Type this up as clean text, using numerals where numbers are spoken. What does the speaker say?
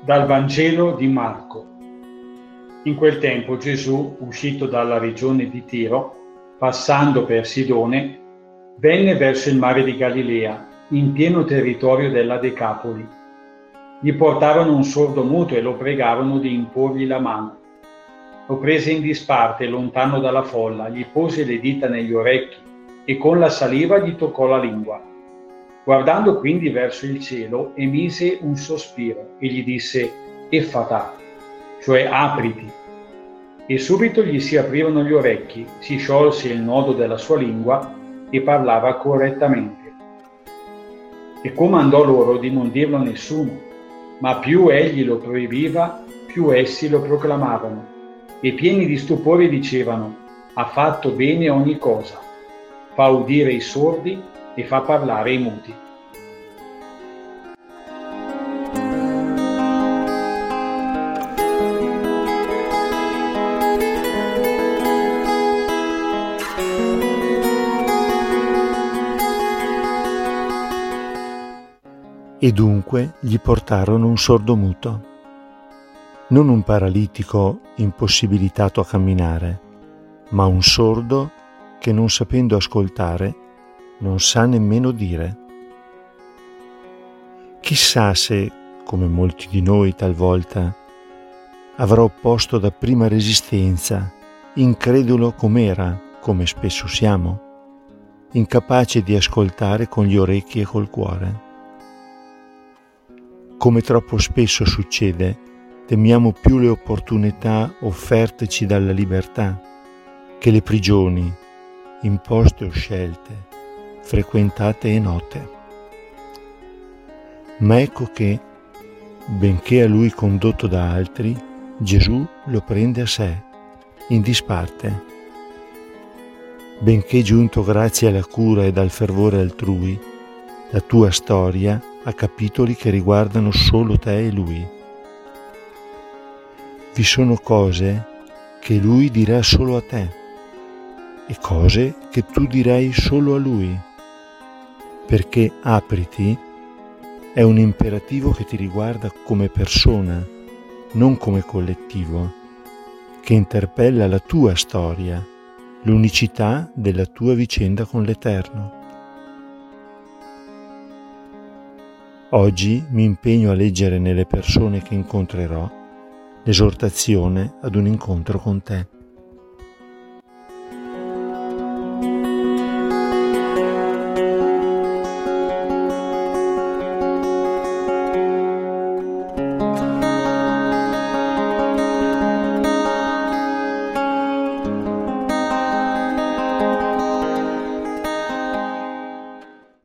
Dal Vangelo di Marco. In quel tempo Gesù, uscito dalla regione di Tiro, passando per Sidone, venne verso il mare di Galilea, in pieno territorio della Decapoli. Gli portarono un sordomuto e lo pregarono di imporgli la mano. Lo prese in disparte, lontano dalla folla, gli pose le dita negli orecchi e con la saliva gli toccò la lingua. Guardando quindi verso il cielo, emise un sospiro e gli disse Effatà, cioè apriti. E subito gli si aprirono gli orecchi, si sciolse il nodo della sua lingua e parlava correttamente. E comandò loro di non dirlo a nessuno, ma più egli lo proibiva, più essi lo proclamavano, e pieni di stupore dicevano: ha fatto bene ogni cosa, fa udire i sordi e fa parlare i muti. E dunque gli portarono un sordomuto, non un paralitico impossibilitato a camminare, ma un sordo che, non sapendo ascoltare, non sa nemmeno dire. Chissà se, come molti di noi talvolta, avrà opposto dapprima resistenza, incredulo com'era, come spesso siamo, incapace di ascoltare con gli orecchi e col cuore. Come troppo spesso succede, temiamo più le opportunità offerteci dalla libertà che le prigioni, imposte o scelte, frequentate e note. Ma ecco che, benché a lui condotto da altri, Gesù lo prende a sé, in disparte. Benché giunto grazie alla cura e al fervore altrui, la tua storia ha capitoli che riguardano solo te e lui. Vi sono cose che lui dirà solo a te e cose che tu dirai solo a lui, perché apriti è un imperativo che ti riguarda come persona, non come collettivo, che interpella la tua storia, l'unicità della tua vicenda con l'Eterno. Oggi mi impegno a leggere nelle persone che incontrerò l'esortazione ad un incontro con te.